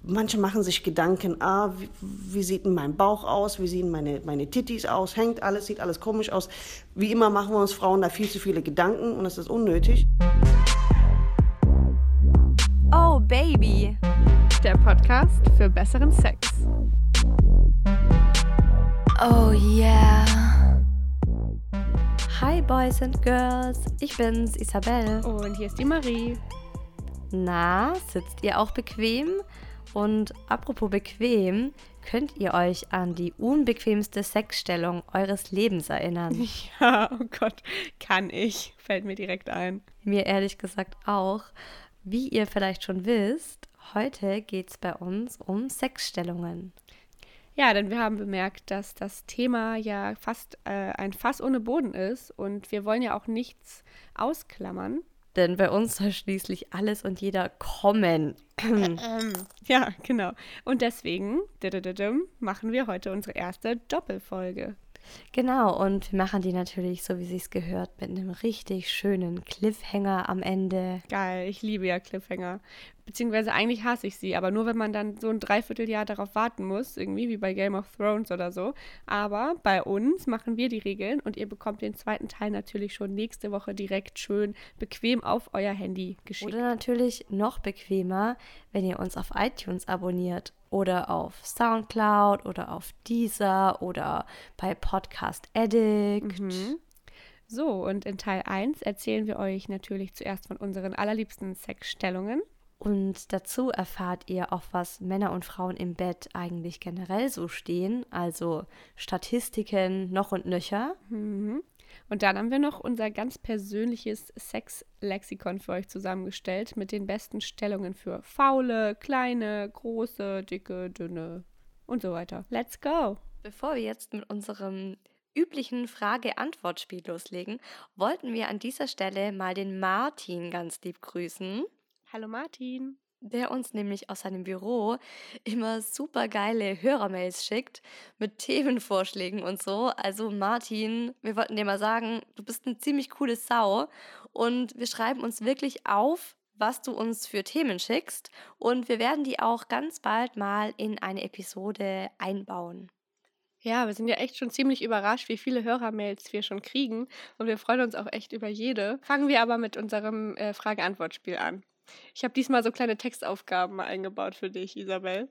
Manche machen sich Gedanken, wie sieht denn mein Bauch aus, wie sehen meine Tittis aus, sieht alles komisch aus. Wie immer machen wir uns Frauen da viel zu viele Gedanken und es ist unnötig. Oh Baby, der Podcast für besseren Sex. Oh yeah. Hi Boys and Girls, ich bin's, Isabel. Und hier ist die Marie. Na, sitzt ihr auch bequem? Und apropos bequem, könnt ihr euch an die unbequemste Sexstellung eures Lebens erinnern? Ja, oh Gott, kann ich. Fällt mir direkt ein. Mir ehrlich gesagt auch. Wie ihr vielleicht schon wisst, heute geht's bei uns um Sexstellungen. Ja, denn wir haben bemerkt, dass das Thema ja fast ein Fass ohne Boden ist und wir wollen ja auch nichts ausklammern. Denn bei uns soll schließlich alles und jeder kommen. Ja, genau. Und deswegen machen wir heute unsere erste Doppelfolge. Genau, und wir machen die natürlich, so wie sich's gehört, mit einem richtig schönen Cliffhanger am Ende. Geil, ich liebe ja Cliffhanger. Beziehungsweise eigentlich hasse ich sie, aber nur wenn man dann so ein Dreivierteljahr darauf warten muss, irgendwie wie bei Game of Thrones oder so. Aber bei uns machen wir die Regeln und ihr bekommt den zweiten Teil natürlich schon nächste Woche direkt schön bequem auf euer Handy geschickt. Oder natürlich noch bequemer, wenn ihr uns auf iTunes abonniert oder auf Soundcloud oder auf Deezer oder bei Podcast Addict. So, und in Teil 1 erzählen wir euch natürlich zuerst von unseren allerliebsten Sexstellungen. Und dazu erfahrt ihr, auf was Männer und Frauen im Bett eigentlich generell so stehen, also Statistiken noch und nöcher. Und dann haben wir noch unser ganz persönliches Sex-Lexikon für euch zusammengestellt mit den besten Stellungen für faule, kleine, große, dicke, dünne und so weiter. Let's go! Bevor wir jetzt mit unserem üblichen Frage-Antwort-Spiel loslegen, wollten wir an dieser Stelle mal den Martin ganz lieb grüßen. Hallo Martin. Der uns nämlich aus seinem Büro immer super geile Hörermails schickt mit Themenvorschlägen und so. Also Martin, wir wollten dir mal sagen, du bist eine ziemlich coole Sau und wir schreiben uns wirklich auf, was du uns für Themen schickst und wir werden die auch ganz bald mal in eine Episode einbauen. Ja, wir sind ja echt schon ziemlich überrascht, wie viele Hörermails wir schon kriegen und wir freuen uns auch echt über jede. Fangen wir aber mit unserem Frage-Antwort-Spiel an. Ich habe diesmal so kleine Textaufgaben mal eingebaut für dich, Isabel.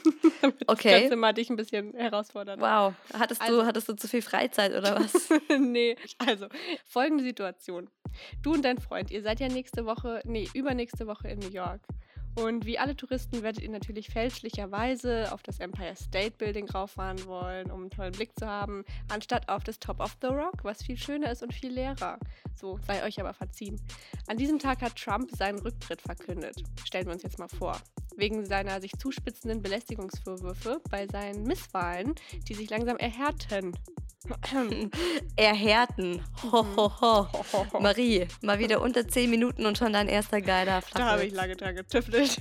Okay. Das Ganze mal dich ein bisschen herausfordern. Wow, hattest du zu viel Freizeit oder was? Nee, also folgende Situation. Du und dein Freund, ihr seid ja übernächste Woche in New York. Und wie alle Touristen werdet ihr natürlich fälschlicherweise auf das Empire State Building rauffahren wollen, um einen tollen Blick zu haben, anstatt auf das Top of the Rock, was viel schöner ist und viel leerer. So, sei euch aber verziehen. An diesem Tag hat Trump seinen Rücktritt verkündet. Stellen wir uns jetzt mal vor. Wegen seiner sich zuspitzenden Belästigungsvorwürfe bei seinen Misswahlen, die sich langsam erhärten. Erhärten. Marie, mal wieder unter 10 Minuten und schon dein erster geiler Flachwitz. Da habe ich lange dran getüftelt.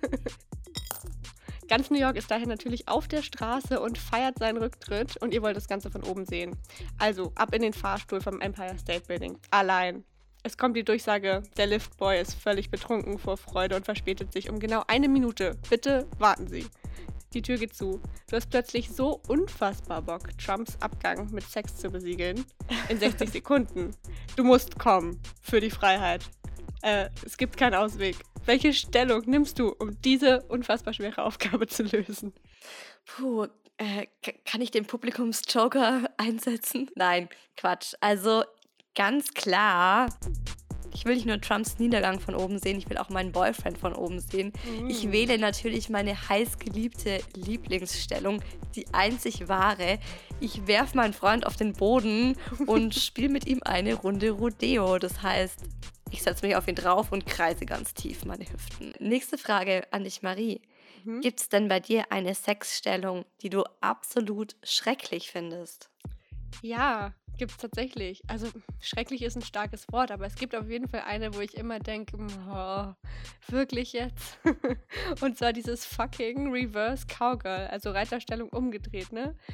Ganz New York ist daher natürlich auf der Straße und feiert seinen Rücktritt und ihr wollt das Ganze von oben sehen. Also ab in den Fahrstuhl vom Empire State Building. Allein. Es kommt die Durchsage, der Liftboy ist völlig betrunken vor Freude und verspätet sich um genau 1 Minute. Bitte warten Sie. Die Tür geht zu. Du hast plötzlich so unfassbar Bock, Trumps Abgang mit Sex zu besiegeln. In 60 Sekunden. Du musst kommen. Für die Freiheit. Es gibt keinen Ausweg. Welche Stellung nimmst du, um diese unfassbar schwere Aufgabe zu lösen? Puh, kann ich den Publikumsjoker einsetzen? Nein, Quatsch. Also ganz klar, ich will nicht nur Trumps Niedergang von oben sehen, ich will auch meinen Boyfriend von oben sehen. Ich wähle natürlich meine heißgeliebte Lieblingsstellung, die einzig wahre. Ich werfe meinen Freund auf den Boden und spiele mit ihm eine Runde Rodeo. Das heißt, ich setze mich auf ihn drauf und kreise ganz tief meine Hüften. Nächste Frage an dich, Marie. Gibt es denn bei dir eine Sexstellung, die du absolut schrecklich findest? Ja, gibt es tatsächlich. Also schrecklich ist ein starkes Wort, aber es gibt auf jeden Fall eine, wo ich immer denke, wirklich jetzt? Und zwar dieses fucking Reverse Cowgirl, also Reiterstellung umgedreht, ne?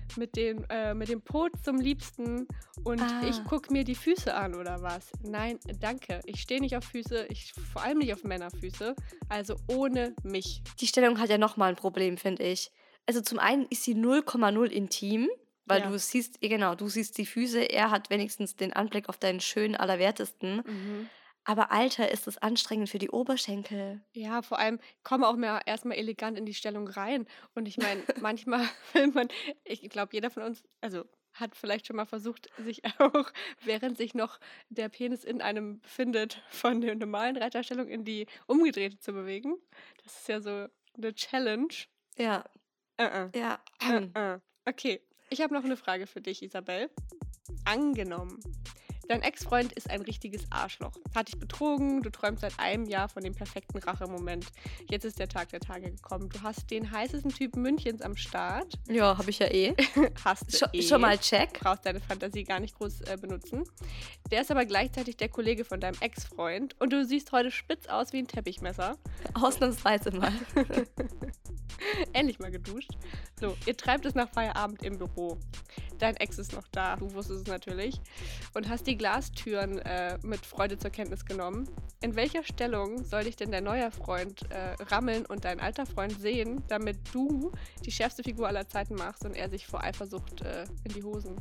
mit dem Po zum Liebsten und ich gucke mir die Füße an oder was? Nein, danke. Ich stehe nicht auf Füße, vor allem nicht auf Männerfüße, also ohne mich. Die Stellung hat ja nochmal ein Problem, finde ich. Also zum einen ist sie 0,0 intim, weil Ja. du siehst die Füße, er hat wenigstens den Anblick auf deinen schönen Allerwertesten. Aber Alter, ist es anstrengend für die Oberschenkel. Ja, vor allem komme auch mal erstmal elegant in die Stellung rein. Und ich meine, manchmal will man, ich glaube, jeder von uns, also hat vielleicht schon mal versucht, sich auch, während sich noch der Penis in einem befindet, von der normalen Reiterstellung in die umgedrehte zu bewegen. Das ist ja so eine Challenge. Ja, Äh, ja. Okay, ich habe noch eine Frage für dich, Isabel. Angenommen, dein Ex-Freund ist ein richtiges Arschloch, hat dich betrogen, du träumst seit einem Jahr von dem perfekten Rachemoment. Jetzt ist der Tag der Tage gekommen. Du hast den heißesten Typen Münchens am Start. Ja, habe ich ja eh. Hast du Schon mal check. Brauchst deine Fantasie gar nicht groß benutzen. Der ist aber gleichzeitig der Kollege von deinem Ex-Freund und du siehst heute spitz aus wie ein Teppichmesser. Ausnahmsweise mal. Endlich mal geduscht. So, ihr treibt es nach Feierabend im Büro. Dein Ex ist noch da, du wusstest es natürlich. Und hast die Glastüren mit Freude zur Kenntnis genommen. In welcher Stellung soll dich denn dein neuer Freund rammeln und dein alter Freund sehen, damit du die schärfste Figur aller Zeiten machst und er sich vor Eifersucht in die Hosen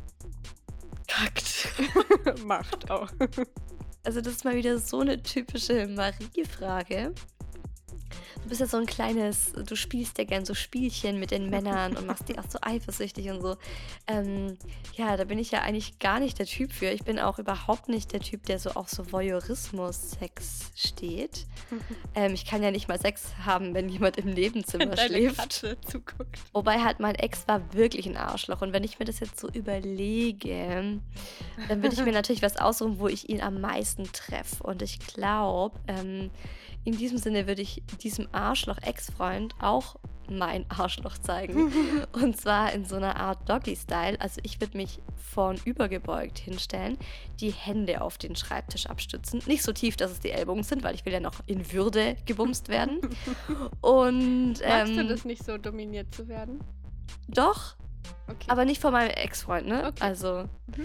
Kackt. macht auch. Also das ist mal wieder so eine typische Marie-Frage. Du bist ja so du spielst ja gern so Spielchen mit den Männern und machst die auch so eifersüchtig und so. Ja, da bin ich ja eigentlich gar nicht der Typ für. Ich bin auch überhaupt nicht der Typ, der so auf so Voyeurismus-Sex steht. Ich kann ja nicht mal Sex haben, wenn jemand im Nebenzimmer Deine schläft. Katze zuguckt. Wobei halt mein Ex war wirklich ein Arschloch. Und wenn ich mir das jetzt so überlege, dann würde ich mir natürlich was aussuchen, wo ich ihn am meisten treffe. Und ich glaube, in diesem Sinne würde ich diesem Arschloch-Ex-Freund auch mein Arschloch zeigen. Und zwar in so einer Art Doggy-Style. Also ich würde mich vornübergebeugt hinstellen, die Hände auf den Schreibtisch abstützen. Nicht so tief, dass es die Ellbogen sind, weil ich will ja noch in Würde gebumst werden. Und Magst du das nicht so, dominiert zu werden? doch, Okay. aber nicht von meinem Ex-Freund, ne? Okay. Also.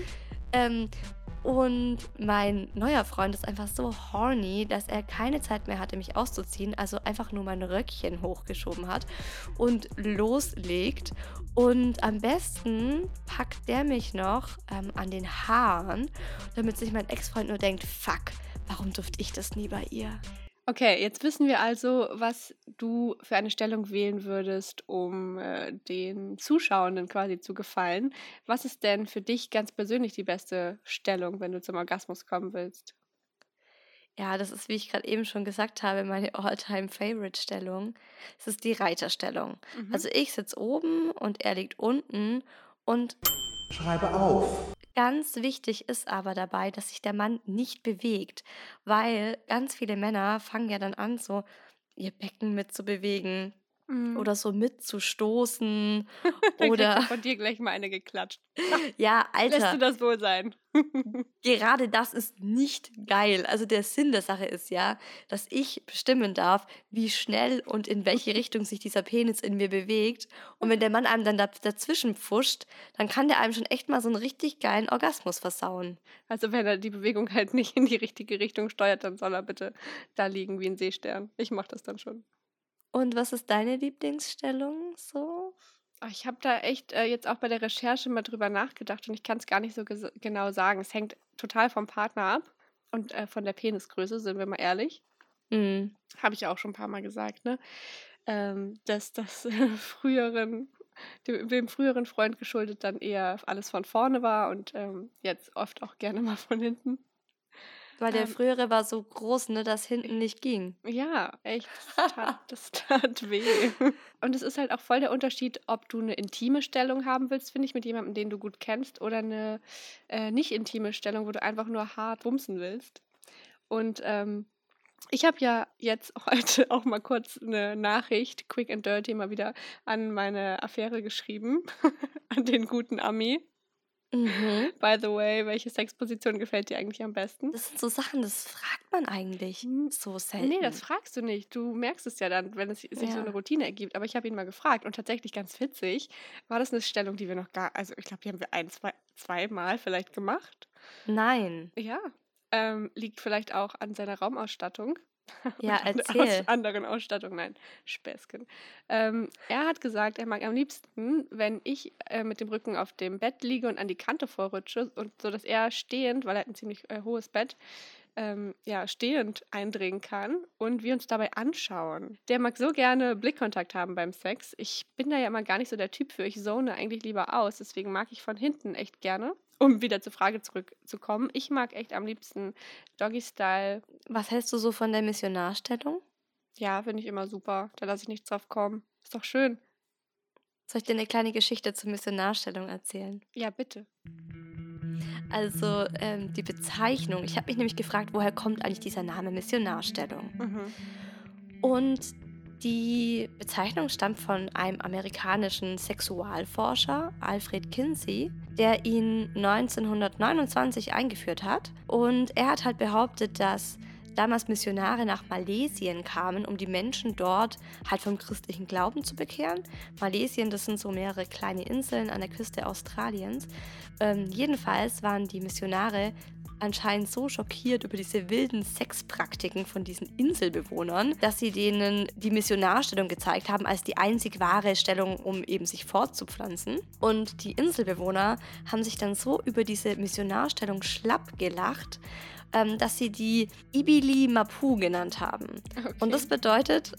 Und mein neuer Freund ist einfach so horny, dass er keine Zeit mehr hatte, mich auszuziehen, also einfach nur mein Röckchen hochgeschoben hat und loslegt. Und am besten packt der mich noch an den Haaren, damit sich mein Ex-Freund nur denkt, fuck, warum durfte ich das nie bei ihr? Okay, jetzt wissen wir also, was du für eine Stellung wählen würdest, um den Zuschauenden quasi zu gefallen. Was ist denn für dich ganz persönlich die beste Stellung, wenn du zum Orgasmus kommen willst? Ja, das ist, wie ich gerade eben schon gesagt habe, meine All-Time-Favorite-Stellung. Es ist die Reiterstellung. Also ich sitze oben und er liegt unten und Schreibe auf. ganz wichtig ist aber dabei, dass sich der Mann nicht bewegt, weil ganz viele Männer fangen ja dann an, so ihr Becken mitzubewegen oder so mitzustoßen Dann kriegt oder von dir gleich mal eine geklatscht. ja, Lässt du Alter, das wohl sein? gerade das ist nicht geil. Also der Sinn der Sache ist ja, dass ich bestimmen darf, wie schnell und in welche Richtung sich dieser Penis in mir bewegt. Und wenn der Mann einem dann dazwischen pfuscht, dann kann der einem schon echt mal so einen richtig geilen Orgasmus versauen. Also wenn er die Bewegung halt nicht in die richtige Richtung steuert, dann soll er bitte da liegen wie ein Seestern. Ich mach das dann schon. Und was ist deine Lieblingsstellung so? Ich habe da echt jetzt auch bei der Recherche mal drüber nachgedacht und ich kann es gar nicht so genau sagen. Es hängt total vom Partner ab und von der Penisgröße, sind wir mal ehrlich. Mhm. Habe ich ja auch schon ein paar Mal gesagt, ne? Dass das dem früheren Freund geschuldet dann eher alles von vorne war und jetzt oft auch gerne mal von hinten. Weil der frühere war so groß, ne, dass hinten nicht ging. Ja, echt, das tat weh. Und es ist halt auch voll der Unterschied, ob du eine intime Stellung haben willst, finde ich, mit jemandem, den du gut kennst, oder eine nicht intime Stellung, wo du einfach nur hart bumsen willst. Und ich habe ja jetzt heute auch mal kurz eine Nachricht, quick and dirty, mal wieder an meine Affäre geschrieben, an den guten Ami. By the way, welche Sexposition gefällt dir eigentlich am besten? Das sind so Sachen, das fragt man eigentlich so selten. Nee, das fragst du nicht. Du merkst es ja dann, wenn es sich so eine Ja. Routine ergibt. Aber ich habe ihn mal gefragt und tatsächlich ganz witzig, war das eine Stellung, die wir noch also ich glaube, die haben wir zweimal vielleicht gemacht. Nein. Ja, liegt vielleicht auch an seiner Raumausstattung. Ja, Und an der erzähl. anderen Ausstattung, nein, Späßchen. Er hat gesagt, er mag am liebsten, wenn ich mit dem Rücken auf dem Bett liege und an die Kante vorrutsche und so, dass er stehend, weil er hat ein ziemlich hohes Bett, ja, stehend eindringen kann und wir uns dabei anschauen. Der mag so gerne Blickkontakt haben beim Sex. Ich bin da ja immer gar nicht so der Typ für. Ich zone eigentlich lieber aus. Deswegen mag ich von hinten echt gerne. Um wieder zur Frage zurückzukommen. Ich mag echt am liebsten Doggy-Style. Was hältst du so von der Missionarstellung? Ja, finde ich immer super. Da lasse ich nichts drauf kommen. Ist doch schön. Soll ich dir eine kleine Geschichte zur Missionarstellung erzählen? Ja, bitte. Also die Bezeichnung. Ich habe mich nämlich gefragt, woher kommt eigentlich dieser Name Missionarstellung? Und die Bezeichnung stammt von einem amerikanischen Sexualforscher, Alfred Kinsey, der ihn 1929 eingeführt hat. Und er hat halt behauptet, dass damals Missionare nach Malesien kamen, um die Menschen dort halt vom christlichen Glauben zu bekehren. Malesien, das sind so mehrere kleine Inseln an der Küste Australiens. Jedenfalls waren die Missionare anscheinend so schockiert über diese wilden Sexpraktiken von diesen Inselbewohnern, dass sie denen die Missionarstellung gezeigt haben als die einzig wahre Stellung, um eben sich fortzupflanzen. Und die Inselbewohner haben sich dann so über diese Missionarstellung schlapp gelacht, dass sie die Ibili Mapu genannt haben. Okay. Und das bedeutet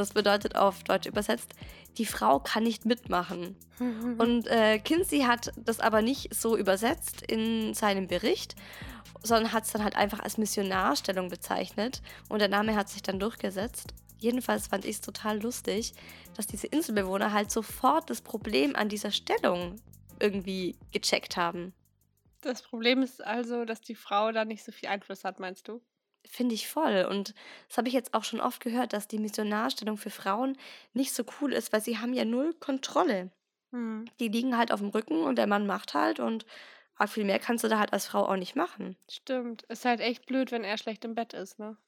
auf Deutsch übersetzt, die Frau kann nicht mitmachen. Und Kinsey hat das aber nicht so übersetzt in seinem Bericht, sondern hat es dann halt einfach als Missionarstellung bezeichnet und der Name hat sich dann durchgesetzt. Jedenfalls fand ich es total lustig, dass diese Inselbewohner halt sofort das Problem an dieser Stellung irgendwie gecheckt haben. Das Problem ist also, dass die Frau da nicht so viel Einfluss hat, meinst du? Finde ich voll. Und das habe ich jetzt auch schon oft gehört, dass die Missionarstellung für Frauen nicht so cool ist, weil sie haben ja null Kontrolle. Die liegen halt auf dem Rücken und der Mann macht halt und arg viel mehr kannst du da halt als Frau auch nicht machen. Stimmt. Ist halt echt blöd, wenn er schlecht im Bett ist, ne?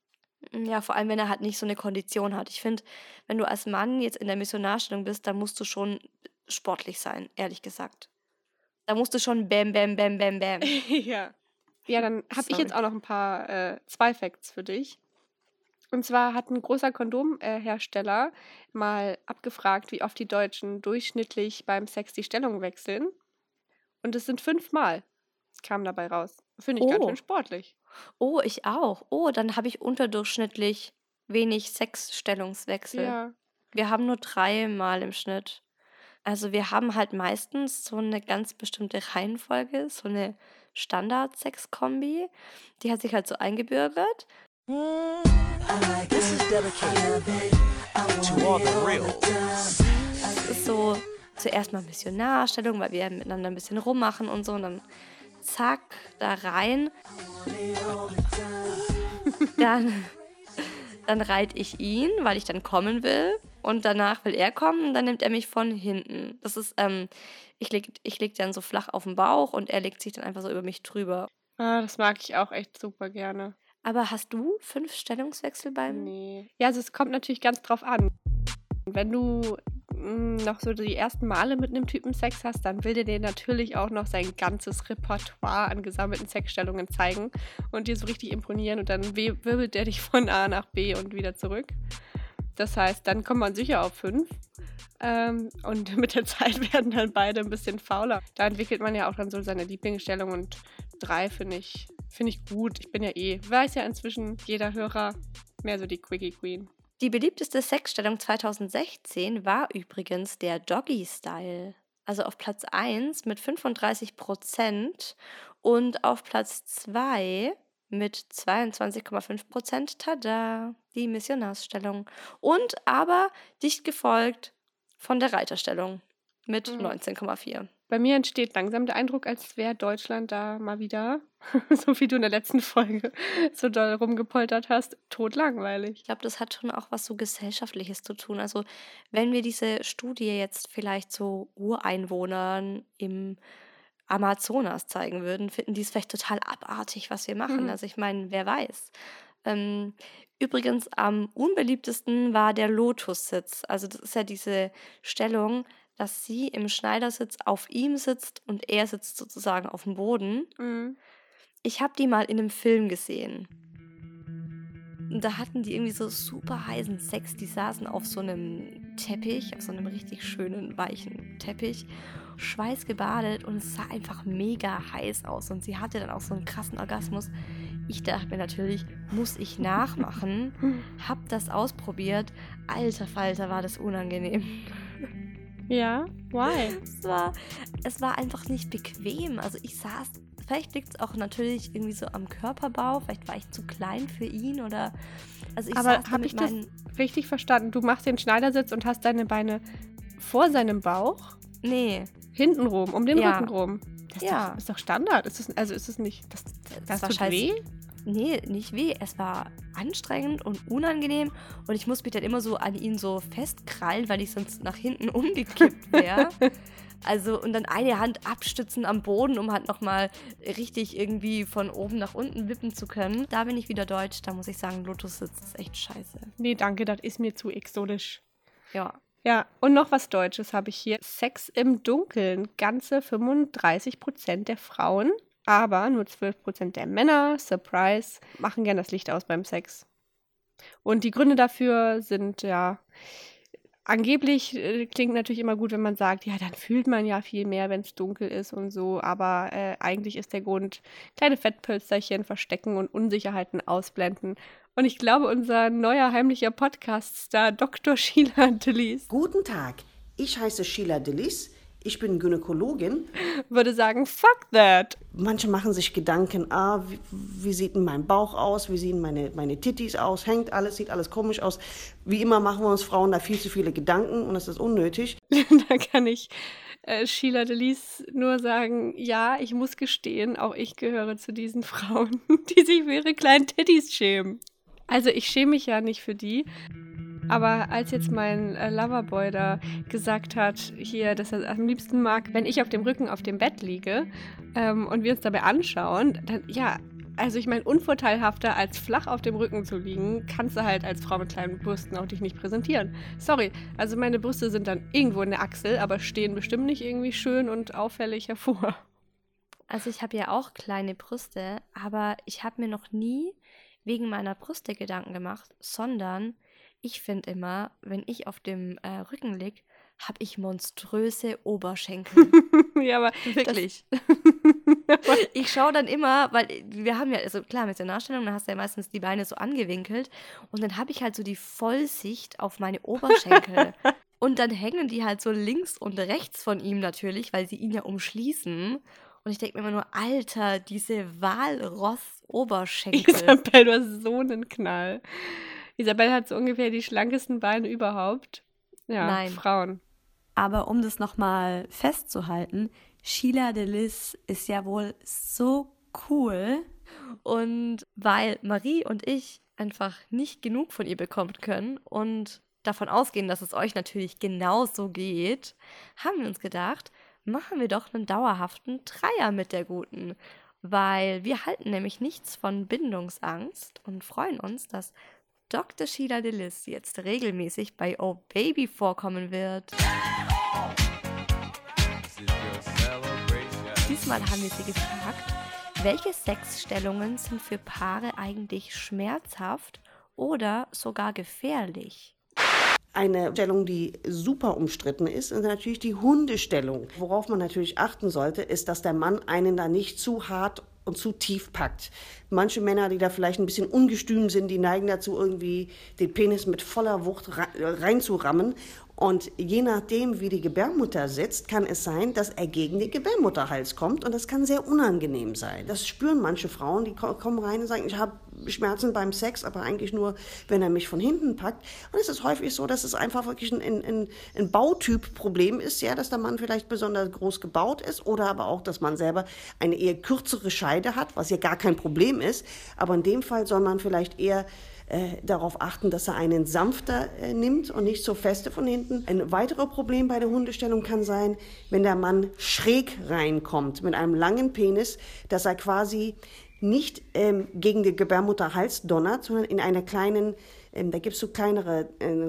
Ja, vor allem, wenn er halt nicht so eine Kondition hat. Ich finde, wenn du als Mann jetzt in der Missionarstellung bist, dann musst du schon sportlich sein, ehrlich gesagt. Da musst du schon bam, bam, bam, bam, bam. Ja. Ja, dann habe ich Sorry. jetzt auch noch ein paar zwei Facts für dich. Und zwar hat ein großer Kondomhersteller mal abgefragt, wie oft die Deutschen durchschnittlich beim Sex die Stellung wechseln. Und es sind 5-mal. Das kam dabei raus. Finde ich ganz Oh. schön sportlich. Oh, ich auch. Oh, dann habe ich unterdurchschnittlich wenig Sexstellungswechsel. Ja. Wir haben nur 3-mal im Schnitt. Also wir haben halt meistens so eine ganz bestimmte Reihenfolge, so eine Standard-Sex-Kombi. Die hat sich halt so eingebürgert. This is dedicated to all the reals. Es ist so zuerst mal Missionarstellung, weil wir miteinander ein bisschen rummachen und so. Und dann zack, da rein. Dann reite ich ihn, weil ich dann kommen will. Und danach will er kommen und dann nimmt er mich von hinten. Das ist, ich leg dann so flach auf den Bauch und er legt sich dann einfach so über mich drüber. Ah, das mag ich auch echt super gerne. Aber hast du 5 Stellungswechsel beim... Nee. Ja, also es kommt natürlich ganz drauf an. Wenn du noch so die ersten Male mit einem Typen Sex hast, dann will der dir natürlich auch noch sein ganzes Repertoire an gesammelten Sexstellungen zeigen und dir so richtig imponieren und dann wirbelt der dich von A nach B und wieder zurück. Das heißt, dann kommt man sicher auf 5. Und mit der Zeit werden dann beide ein bisschen fauler. Da entwickelt man ja auch dann so seine Lieblingsstellung und 3 finde ich gut. Ich bin ja weiß ja inzwischen jeder Hörer mehr so die Quickie Queen. Die beliebteste Sexstellung 2016 war übrigens der Doggy-Style. Also auf Platz 1 mit 35% und auf Platz 2 mit 22,5%, tada, die Missionarsstellung. Und aber dicht gefolgt von der Reiterstellung mit 19,4%. Bei mir entsteht langsam der Eindruck, als wäre Deutschland da mal wieder, so wie du in der letzten Folge so doll rumgepoltert hast, totlangweilig. Ich glaube, das hat schon auch was so Gesellschaftliches zu tun. Also wenn wir diese Studie jetzt vielleicht so Ureinwohnern im Amazonas zeigen würden, finden die es vielleicht total abartig, was wir machen. Also ich meine, wer weiß. Übrigens am unbeliebtesten war der Lotussitz. Also das ist ja diese Stellung, dass sie im Schneidersitz auf ihm sitzt und er sitzt sozusagen auf dem Boden. Ich habe die mal in einem Film gesehen. Und da hatten die irgendwie so super heißen Sex. Die saßen auf so einem Teppich, auf so einem richtig schönen, weichen Teppich, schweißgebadet und es sah einfach mega heiß aus. Und sie hatte dann auch so einen krassen Orgasmus. Ich dachte mir natürlich, muss ich nachmachen. Hab das ausprobiert. Alter Falter, war das unangenehm. Ja, why? Es war einfach nicht bequem. Also ich saß, vielleicht liegt es auch natürlich irgendwie so am Körperbau, vielleicht war ich zu klein für ihn oder... Also Aber habe ich das richtig verstanden? Du machst den Schneidersitz und hast deine Beine vor seinem Bauch? Nee. Hintenrum, um den Ja. Rücken rum? Das ist doch Standard. Ist es nicht... Das war tut scheiße. weh? Nee, nicht weh. Es war anstrengend und unangenehm und ich muss mich dann immer so an ihn so festkrallen, weil ich sonst nach hinten umgekippt wäre. Also und dann eine Hand abstützen am Boden, um halt nochmal richtig irgendwie von oben nach unten wippen zu können. Da bin ich wieder deutsch, da muss ich sagen, Lotussitz ist echt scheiße. Nee, danke, das ist mir zu exotisch. Ja. Ja, und noch was Deutsches habe ich hier. Sex im Dunkeln. Ganze 35% der Frauen, aber nur 12% der Männer, Surprise, machen gern das Licht aus beim Sex. Und die Gründe dafür sind ja... Angeblich klingt natürlich immer gut, wenn man sagt, ja, dann fühlt man ja viel mehr, wenn es dunkel ist und so, aber eigentlich ist der Grund, kleine Fettpölsterchen verstecken und Unsicherheiten ausblenden. Und ich glaube, unser neuer heimlicher Podcast-Star Dr. Sheila Delis Guten Tag, ich heiße Sheila Delis, ich bin Gynäkologin. würde sagen, fuck that. Manche machen sich Gedanken, wie sieht denn mein Bauch aus, wie sehen meine Tittis aus, hängt alles, sieht alles komisch aus. Wie immer machen wir uns Frauen da viel zu viele Gedanken und das ist unnötig. Da kann ich Sheila Delis nur sagen, ja, ich muss gestehen, auch ich gehöre zu diesen Frauen, die sich für ihre kleinen Titties schämen. Also ich schäme mich ja nicht für die, aber als jetzt mein Loverboy da gesagt hat, hier, dass er am liebsten mag, wenn ich auf dem Rücken auf dem Bett liege und wir uns dabei anschauen, dann, ja, also ich meine, unvorteilhafter als flach auf dem Rücken zu liegen, kannst du halt als Frau mit kleinen Brüsten auch dich nicht präsentieren. Sorry, also meine Brüste sind dann irgendwo in der Achsel, aber stehen bestimmt nicht irgendwie schön und auffällig hervor. Also ich habe ja auch kleine Brüste, aber ich habe mir noch nie wegen meiner Brüste Gedanken gemacht, sondern ich finde immer, wenn ich auf dem Rücken liege, habe ich monströse Oberschenkel. Ja, aber Wirklich. Ich schaue dann immer, weil wir haben ja, also klar, mit der Nachstellung, dann hast du ja meistens die Beine so angewinkelt und dann habe ich halt so die Vollsicht auf meine Oberschenkel. Und dann hängen die halt so links und rechts von ihm natürlich, weil sie ihn ja umschließen. Und ich denke mir immer nur, Alter, diese Walross-Oberschenkel. Isabel, du hast so einen Knall. Isabel hat so ungefähr die schlankesten Beine überhaupt. Ja, Nein. Frauen. Aber um das nochmal festzuhalten, Sheila Delis ist ja wohl so cool. Und weil Marie und ich einfach nicht genug von ihr bekommen können und davon ausgehen, dass es euch natürlich genauso geht, haben wir uns gedacht, machen wir doch einen dauerhaften Dreier mit der Guten. Weil wir halten nämlich nichts von Bindungsangst und freuen uns, dass Dr. Sheila Delis jetzt regelmäßig bei Oh Baby vorkommen wird. Diesmal haben wir sie gefragt, welche Sexstellungen sind für Paare eigentlich schmerzhaft oder sogar gefährlich? Eine Stellung, die super umstritten ist natürlich die Hundestellung. Worauf man natürlich achten sollte, ist, dass der Mann einen da nicht zu hart und zu tief packt. Manche Männer, die da vielleicht ein bisschen ungestüm sind, die neigen dazu, irgendwie den Penis mit voller Wucht reinzurammen. Und je nachdem, wie die Gebärmutter sitzt, kann es sein, dass er gegen den Gebärmutterhals kommt. Und das kann sehr unangenehm sein. Das spüren manche Frauen, die kommen rein und sagen, ich habe Schmerzen beim Sex, aber eigentlich nur, wenn er mich von hinten packt. Und es ist häufig so, dass es einfach wirklich ein Bautyp-Problem ist, ja, dass der Mann vielleicht besonders groß gebaut ist oder aber auch, dass man selber eine eher kürzere Scheide hat, was ja gar kein Problem ist. Aber in dem Fall soll man vielleicht eher darauf achten, dass er einen sanfter nimmt und nicht so feste von hinten. Ein weiteres Problem bei der Hundestellung kann sein, wenn der Mann schräg reinkommt mit einem langen Penis, dass er quasi nicht gegen den Gebärmutterhals donnert, sondern in einer kleinen, da gibt es so kleine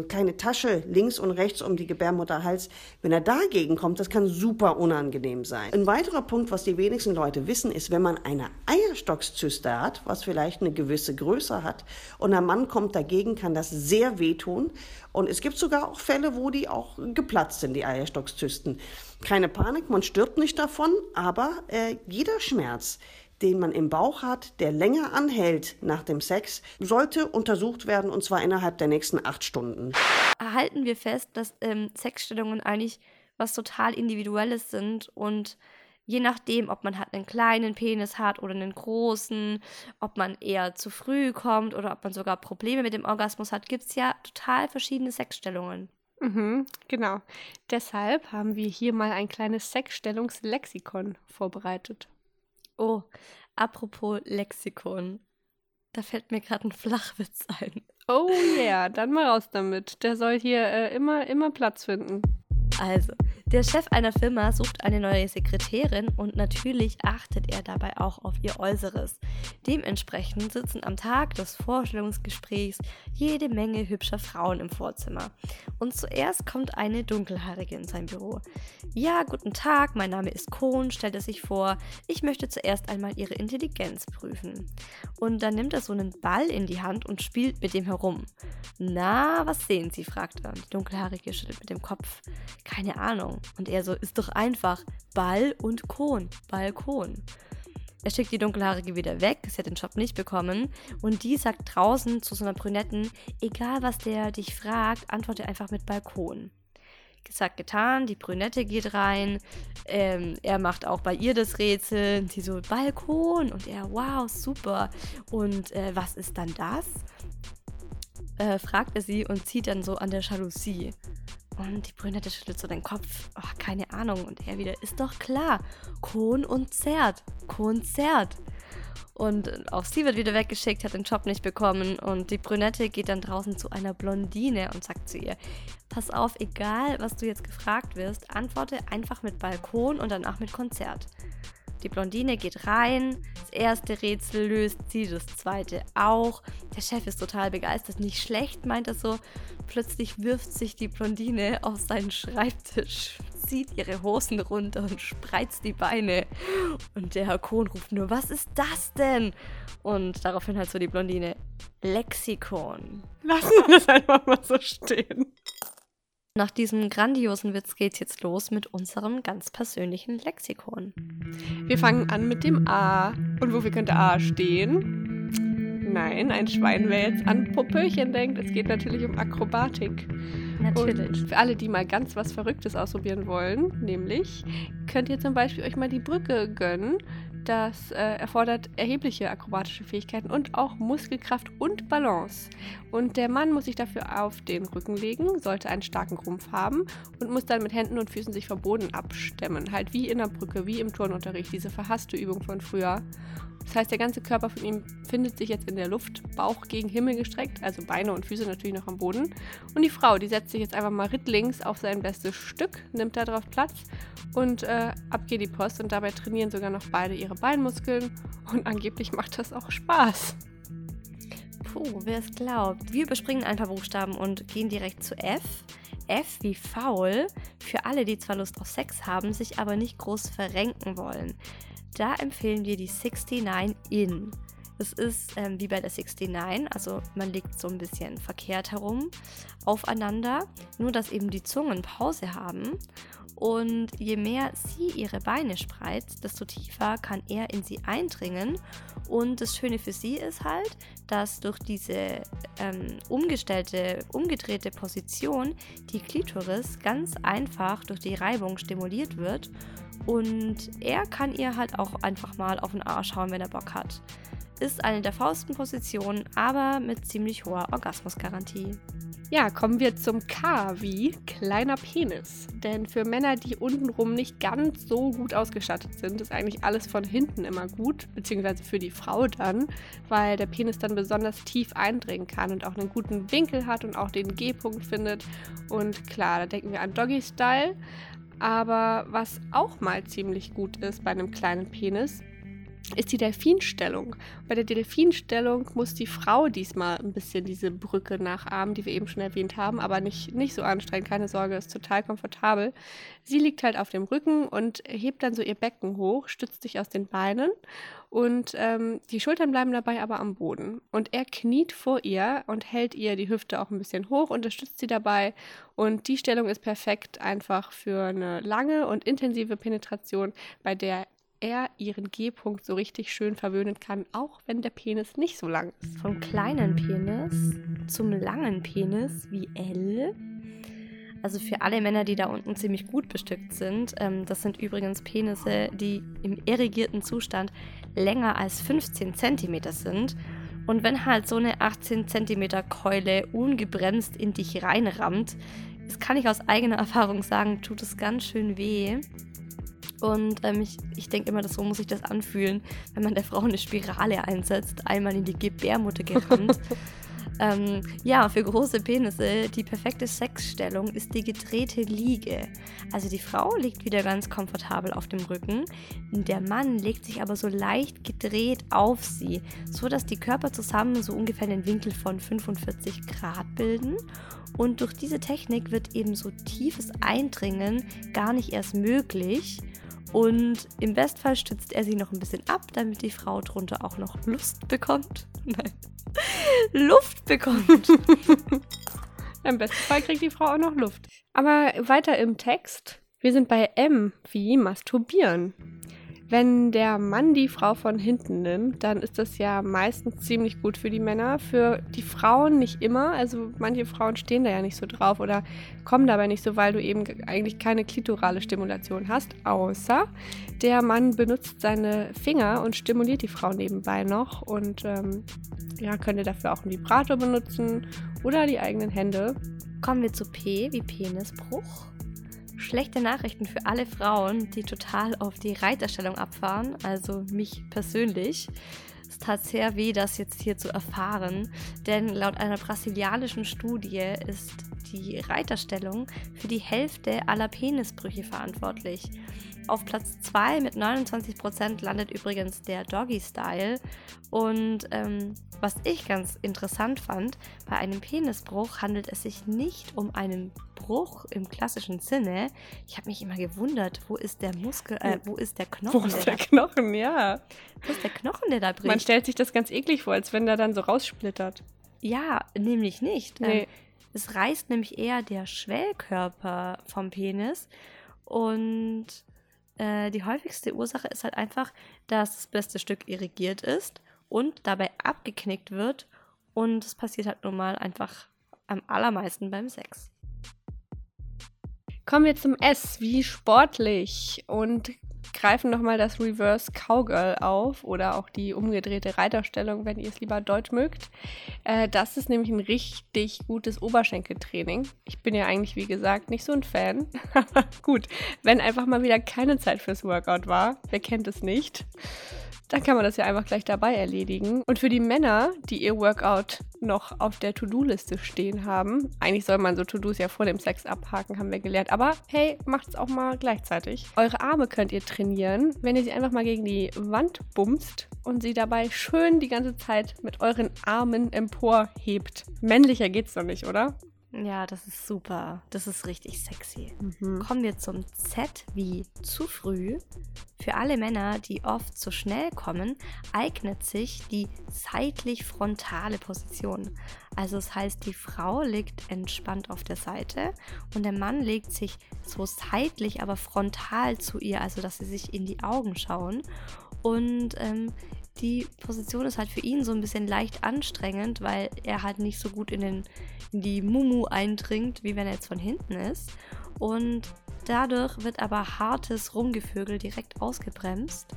Tasche links und rechts um die Gebärmutterhals. Wenn er dagegen kommt, das kann super unangenehm sein. Ein weiterer Punkt, was die wenigsten Leute wissen, ist, wenn man eine Eierstockzyste hat, was vielleicht eine gewisse Größe hat, und der Mann kommt dagegen, kann das sehr wehtun. Und es gibt sogar auch Fälle, wo die auch geplatzt sind, die Eierstockzysten. Keine Panik, man stirbt nicht davon, aber jeder Schmerz, den man im Bauch hat, der länger anhält nach dem Sex, sollte untersucht werden, und zwar innerhalb der nächsten 8 Stunden. Halten wir fest, dass Sexstellungen eigentlich was total Individuelles sind und je nachdem, ob man halt einen kleinen Penis hat oder einen großen, ob man eher zu früh kommt oder ob man sogar Probleme mit dem Orgasmus hat, gibt es ja total verschiedene Sexstellungen. Genau. Deshalb haben wir hier mal ein kleines Sexstellungslexikon vorbereitet. Oh, apropos Lexikon, da fällt mir gerade ein Flachwitz ein. Oh yeah, dann mal raus damit. Der soll hier immer Platz finden. Also, der Chef einer Firma sucht eine neue Sekretärin und natürlich achtet er dabei auch auf ihr Äußeres. Dementsprechend sitzen am Tag des Vorstellungsgesprächs jede Menge hübscher Frauen im Vorzimmer. Und zuerst kommt eine Dunkelhaarige in sein Büro. Ja, guten Tag, mein Name ist Kohn, stellt er sich vor. Ich möchte zuerst einmal Ihre Intelligenz prüfen. Und dann nimmt er so einen Ball in die Hand und spielt mit dem herum. Na, was sehen Sie, fragt er. Die Dunkelhaarige schüttelt mit dem Kopf. Keine Ahnung. Und er so, ist doch einfach. Ball und Kohn. Balkon. Er schickt die Dunkelhaarige wieder weg, sie hat den Job nicht bekommen. Und die sagt draußen zu so einer Brünetten, egal was der dich fragt, antworte einfach mit Balkon. Gesagt, getan, die Brünette geht rein, er macht auch bei ihr das Rätsel, sie so, Balkon, und er, wow, super. Und was ist dann das? Fragt er sie und zieht dann so an der Jalousie. Und die Brünette schüttelt so den Kopf. Oh, keine Ahnung. Und er wieder, ist doch klar. Kohn und Zert. Konzert. Und auch sie wird wieder weggeschickt, hat den Job nicht bekommen. Und die Brünette geht dann draußen zu einer Blondine und sagt zu ihr, pass auf, egal was du jetzt gefragt wirst, antworte einfach mit Balkon und danach mit Konzert. Die Blondine geht rein, das erste Rätsel löst sie, das zweite auch. Der Chef ist total begeistert, nicht schlecht, meint er so. Plötzlich wirft sich die Blondine auf seinen Schreibtisch, zieht ihre Hosen runter und spreizt die Beine. Und der Herr Kohn ruft nur, was ist das denn? Und daraufhin halt so die Blondine, Lexikon. Lassen wir das einfach mal so stehen. Nach diesem grandiosen Witz geht's jetzt los mit unserem ganz persönlichen Lexikon. Wir fangen an mit dem A. Und wofür könnte A stehen? Nein, ein Schwein, wer jetzt an Popöchen denkt, es geht natürlich um Akrobatik. Natürlich. Und für alle, die mal ganz was Verrücktes ausprobieren wollen, nämlich könnt ihr zum Beispiel euch mal die Brücke gönnen. Das erfordert erhebliche akrobatische Fähigkeiten und auch Muskelkraft und Balance. Und der Mann muss sich dafür auf den Rücken legen, sollte einen starken Rumpf haben und muss dann mit Händen und Füßen sich vom Boden abstemmen. Halt wie in der Brücke, wie im Turnunterricht, diese verhasste Übung von früher. Das heißt, der ganze Körper von ihm findet sich jetzt in der Luft, Bauch gegen Himmel gestreckt, also Beine und Füße natürlich noch am Boden. Und die Frau, die setzt sich jetzt einfach mal rittlings auf sein bestes Stück, nimmt da drauf Platz und ab geht die Post. Und dabei trainieren sogar noch beide ihre Beinmuskeln und angeblich macht das auch Spaß. Puh, wer es glaubt. Wir überspringen ein paar Buchstaben und gehen direkt zu F. F wie faul, für alle, die zwar Lust auf Sex haben, sich aber nicht groß verrenken wollen. Da empfehlen wir die 69 In. Das ist wie bei der 69, also man liegt so ein bisschen verkehrt herum aufeinander, nur dass eben die Zungen Pause haben. Und je mehr sie ihre Beine spreizt, desto tiefer kann er in sie eindringen. Und das Schöne für sie ist halt, dass durch diese umgedrehte Position die Klitoris ganz einfach durch die Reibung stimuliert wird. Und er kann ihr halt auch einfach mal auf den Arsch hauen, wenn er Bock hat. Ist eine der faulsten Positionen, aber mit ziemlich hoher Orgasmusgarantie. Ja, kommen wir zum K wie kleiner Penis. Denn für Männer, die untenrum nicht ganz so gut ausgestattet sind, ist eigentlich alles von hinten immer gut, beziehungsweise für die Frau dann, weil der Penis dann besonders tief eindringen kann und auch einen guten Winkel hat und auch den G-Punkt findet. Und klar, da denken wir an Doggy-Style. Aber was auch mal ziemlich gut ist bei einem kleinen Penis, ist die Delfinstellung. Bei der Delfinstellung muss die Frau diesmal ein bisschen diese Brücke nachahmen, die wir eben schon erwähnt haben, aber nicht so anstrengend, keine Sorge, ist total komfortabel. Sie liegt halt auf dem Rücken und hebt dann so ihr Becken hoch, stützt sich aus den Beinen und die Schultern bleiben dabei aber am Boden. Und er kniet vor ihr und hält ihr die Hüfte auch ein bisschen hoch, unterstützt sie dabei und die Stellung ist perfekt einfach für eine lange und intensive Penetration, bei der er ihren G-Punkt so richtig schön verwöhnen kann, auch wenn der Penis nicht so lang ist. Vom kleinen Penis zum langen Penis wie L. Also für alle Männer, die da unten ziemlich gut bestückt sind, das sind übrigens Penisse, die im erigierten Zustand länger als 15 cm sind. Und wenn halt so eine 18 cm Keule ungebremst in dich reinrammt, das kann ich aus eigener Erfahrung sagen, tut es ganz schön weh. Und ich denke immer, so muss sich das anfühlen, wenn man der Frau eine Spirale einsetzt, einmal in die Gebärmutter gerammt. Ja, für große Penisse, die perfekte Sexstellung ist die gedrehte Liege. Also die Frau liegt wieder ganz komfortabel auf dem Rücken, der Mann legt sich aber so leicht gedreht auf sie, so dass die Körper zusammen so ungefähr einen Winkel von 45 Grad bilden. Und durch diese Technik wird eben so tiefes Eindringen gar nicht erst möglich. Und im Bestfall stützt er sie noch ein bisschen ab, damit die Frau drunter auch noch Lust bekommt. Nein, Luft bekommt. Im besten Fall kriegt die Frau auch noch Luft. Aber weiter im Text. Wir sind bei M wie masturbieren. Wenn der Mann die Frau von hinten nimmt, dann ist das ja meistens ziemlich gut für die Männer. Für die Frauen nicht immer. Also manche Frauen stehen da ja nicht so drauf oder kommen dabei nicht so, weil du eben eigentlich keine klitorale Stimulation hast. Außer der Mann benutzt seine Finger und stimuliert die Frau nebenbei noch. Und könnte dafür auch einen Vibrator benutzen oder die eigenen Hände. Kommen wir zu P wie Penisbruch. Schlechte Nachrichten für alle Frauen, die total auf die Reiterstellung abfahren, also mich persönlich. Es tat sehr weh, das jetzt hier zu erfahren, denn laut einer brasilianischen Studie ist die Reiterstellung für die Hälfte aller Penisbrüche verantwortlich. Auf Platz 2 mit 29% landet übrigens der Doggy-Style. Und was ich ganz interessant fand, bei einem Penisbruch handelt es sich nicht um einen Bruch im klassischen Sinne. Ich habe mich immer gewundert, wo ist der Muskel, wo ist der Knochen? Wo ist der Knochen, ja. Wo ist der Knochen, der da bricht? Man stellt sich das ganz eklig vor, als wenn der dann so raussplittert. Ja, nämlich nicht. Nee. Es reißt nämlich eher der Schwellkörper vom Penis und die häufigste Ursache ist halt einfach, dass das beste Stück irrigiert ist und dabei abgeknickt wird. Und es passiert halt nun mal einfach am allermeisten beim Sex. Kommen wir zum S wie sportlich und greifen nochmal das Reverse Cowgirl auf oder auch die umgedrehte Reiterstellung, wenn ihr es lieber deutsch mögt. Das ist nämlich ein richtig gutes Oberschenkeltraining. Ich bin ja eigentlich, wie gesagt, nicht so ein Fan. Aber gut, wenn einfach mal wieder keine Zeit fürs Workout war, wer kennt es nicht, dann kann man das ja einfach gleich dabei erledigen. Und für die Männer, die ihr Workout noch auf der To-Do-Liste stehen haben, eigentlich soll man so To-Dos ja vor dem Sex abhaken, haben wir gelernt. Aber hey, macht's auch mal gleichzeitig. Eure Arme könnt ihr trainieren, wenn ihr sie einfach mal gegen die Wand bumst und sie dabei schön die ganze Zeit mit euren Armen emporhebt. Männlicher geht's doch nicht, oder? Ja, das ist super. Das ist richtig sexy. Kommen wir zum Z wie zu früh. Für alle Männer, die oft zu schnell kommen, eignet sich die seitlich-frontale Position. Also das heißt, die Frau liegt entspannt auf der Seite und der Mann legt sich so seitlich, aber frontal zu ihr, also dass sie sich in die Augen schauen. Und die Position ist halt für ihn so ein bisschen leicht anstrengend, weil er halt nicht so gut in die Mumu eindringt, wie wenn er jetzt von hinten ist. Und dadurch wird aber hartes Rumgevögel direkt ausgebremst.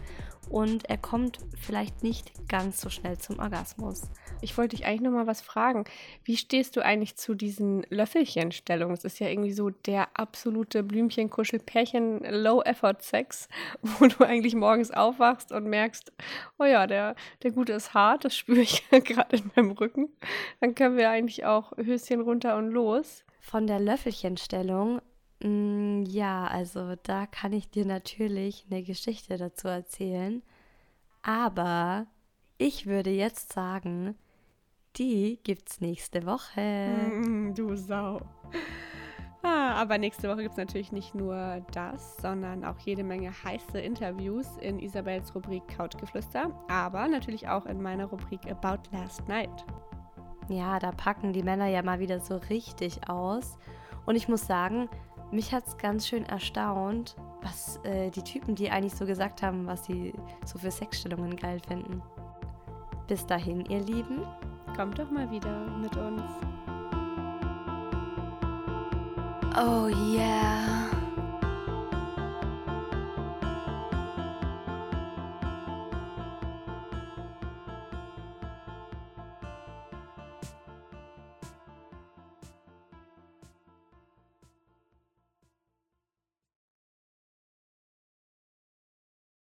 und er kommt vielleicht nicht ganz so schnell zum Orgasmus. Ich wollte dich eigentlich noch mal was fragen. Wie stehst du eigentlich zu diesen Löffelchenstellungen? Das ist ja irgendwie so der absolute Blümchen-Kuschel-Pärchen-Low-Effort-Sex, wo du eigentlich morgens aufwachst und merkst, oh ja, der Gute ist hart, das spüre ich gerade in meinem Rücken. Dann können wir eigentlich auch Höschen runter und los. Von der Löffelchenstellung, ja, also da kann ich dir natürlich eine Geschichte dazu erzählen. Aber ich würde jetzt sagen, die gibt's nächste Woche. Du Sau. Aber nächste Woche gibt es natürlich nicht nur das, sondern auch jede Menge heiße Interviews in Isabels Rubrik Couchgeflüster, aber natürlich auch in meiner Rubrik About Last Night. Ja, da packen die Männer ja mal wieder so richtig aus. Und ich muss sagen, mich hat's ganz schön erstaunt, was die Typen, die eigentlich so gesagt haben, was sie so für Sexstellungen geil finden. Bis dahin, ihr Lieben. Kommt doch mal wieder mit uns. Oh yeah.